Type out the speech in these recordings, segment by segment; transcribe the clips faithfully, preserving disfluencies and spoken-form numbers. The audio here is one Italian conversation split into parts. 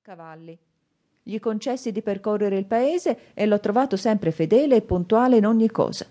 cavalli. Gli concessi di percorrere il paese e l'ho trovato sempre fedele e puntuale in ogni cosa.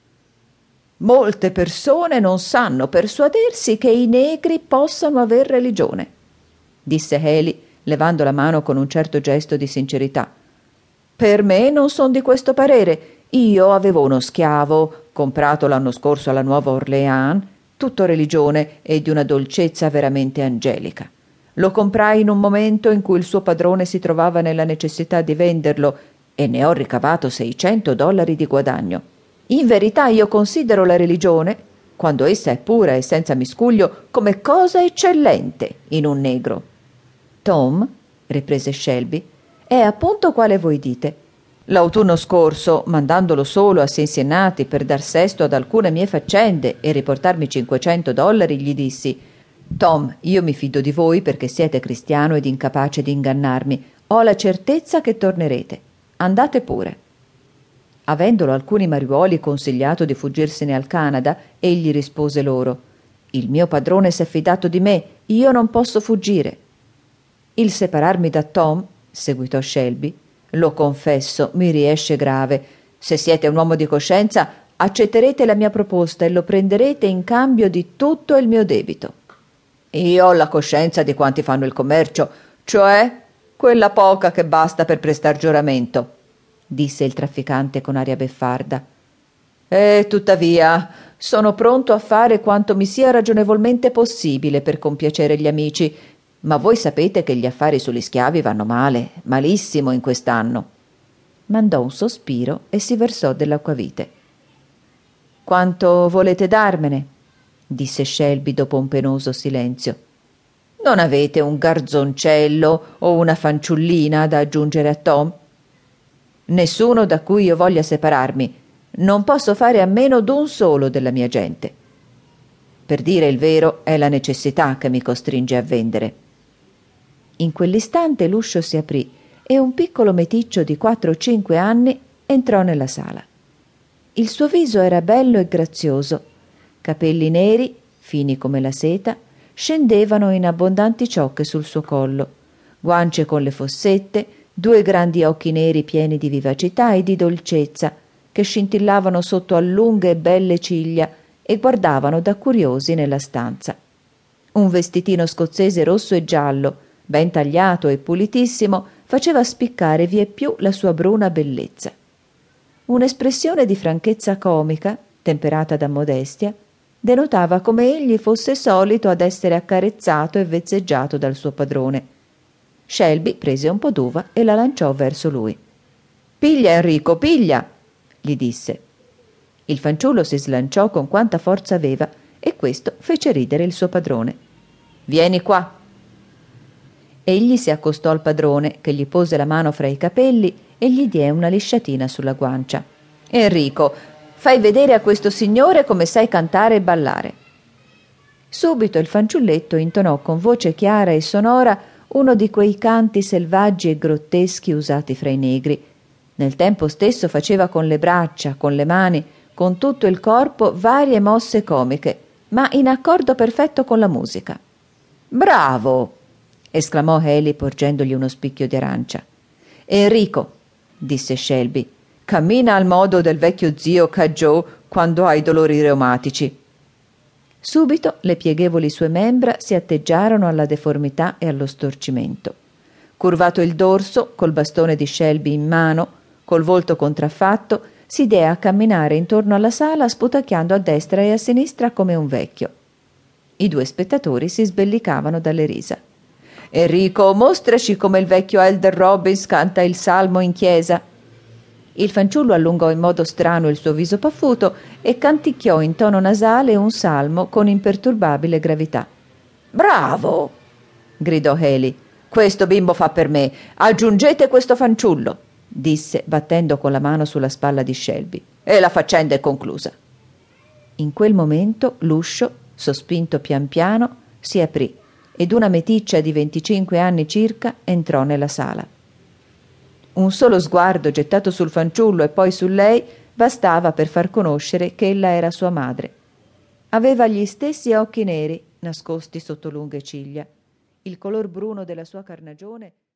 Molte persone non sanno persuadersi che i negri possano aver religione, disse Haley, levando la mano con un certo gesto di sincerità. Per me non son di questo parere. Io avevo uno schiavo, comprato l'anno scorso alla Nuova Orleans, tutto religione e di una dolcezza veramente angelica. Lo comprai in un momento in cui il suo padrone si trovava nella necessità di venderlo e ne ho ricavato seicento dollari di guadagno. In verità io considero la religione, quando essa è pura e senza miscuglio, come cosa eccellente in un negro. Tom, riprese Shelby, è appunto quale voi dite. L'autunno scorso, mandandolo solo a Cincinnati per dar sesto ad alcune mie faccende e riportarmi cinquecento dollari, gli dissi: Tom, io mi fido di voi perché siete cristiano ed incapace di ingannarmi. Ho la certezza che tornerete. Andate pure. Avendolo alcuni mariuoli consigliato di fuggirsene al Canada, egli rispose loro: il mio padrone s'è fidato di me, io non posso fuggire. Il separarmi da Tom, seguitò Shelby, lo confesso, mi riesce grave. Se siete un uomo di coscienza, accetterete la mia proposta e lo prenderete in cambio di tutto il mio debito. Io ho la coscienza di quanti fanno il commercio, cioè quella poca che basta per prestar giuramento, disse il trafficante con aria beffarda. E tuttavia sono pronto a fare quanto mi sia ragionevolmente possibile per compiacere gli amici, ma voi sapete che gli affari sugli schiavi vanno male, malissimo in quest'anno. Mandò un sospiro e si versò dell'acquavite. Quanto volete darmene? Disse Shelby dopo un penoso silenzio. Non avete un garzoncello o una fanciullina da aggiungere a Tom? Nessuno da cui io voglia separarmi. Non posso fare a meno d'un solo della mia gente. Per dire il vero, è la necessità che mi costringe a vendere. In quell'istante l'uscio si aprì e un piccolo meticcio di quattro o cinque anni entrò nella sala. Il suo viso era bello e grazioso. Capelli neri, fini come la seta, scendevano in abbondanti ciocche sul suo collo, guance con le fossette, due grandi occhi neri pieni di vivacità e di dolcezza, che scintillavano sotto a lunghe e belle ciglia e guardavano da curiosi nella stanza. Un vestitino scozzese rosso e giallo, ben tagliato e pulitissimo, faceva spiccare vieppiù la sua bruna bellezza. Un'espressione di franchezza comica, temperata da modestia, denotava come egli fosse solito ad essere accarezzato e vezzeggiato dal suo padrone. Shelby prese un po' d'uva e la lanciò verso lui. «Piglia, Enrico, piglia!» gli disse. Il fanciullo si slanciò con quanta forza aveva e questo fece ridere il suo padrone. «Vieni qua!» Egli si accostò al padrone, che gli pose la mano fra i capelli e gli diè una lisciatina sulla guancia. «Enrico, fai vedere a questo signore come sai cantare e ballare». Subito il fanciulletto intonò con voce chiara e sonora uno di quei canti selvaggi e grotteschi usati fra i negri. Nel tempo stesso faceva con le braccia, con le mani, con tutto il corpo varie mosse comiche, ma in accordo perfetto con la musica. «Bravo!» esclamò Haley porgendogli uno spicchio di arancia. «Enrico», disse Shelby, «cammina al modo del vecchio zio Caggio quando ha i dolori reumatici». Subito le pieghevoli sue membra si atteggiarono alla deformità e allo storcimento. Curvato il dorso, col bastone di Shelby in mano, col volto contraffatto, si diè a camminare intorno alla sala sputacchiando a destra e a sinistra come un vecchio. I due spettatori si sbellicavano dalle risa. «Enrico, mostraci come il vecchio Elder Robbins canta il salmo in chiesa». Il fanciullo allungò in modo strano il suo viso paffuto e canticchiò in tono nasale un salmo con imperturbabile gravità. «Bravo!» gridò Haley. «Questo bimbo fa per me. Aggiungete questo fanciullo», disse battendo con la mano sulla spalla di Shelby. «E la faccenda è conclusa». In quel momento l'uscio, sospinto pian piano, si aprì ed una meticcia di venticinque anni circa entrò nella sala. Un solo sguardo gettato sul fanciullo e poi su lei bastava per far conoscere che ella era sua madre. Aveva gli stessi occhi neri nascosti sotto lunghe ciglia. Il color bruno della sua carnagione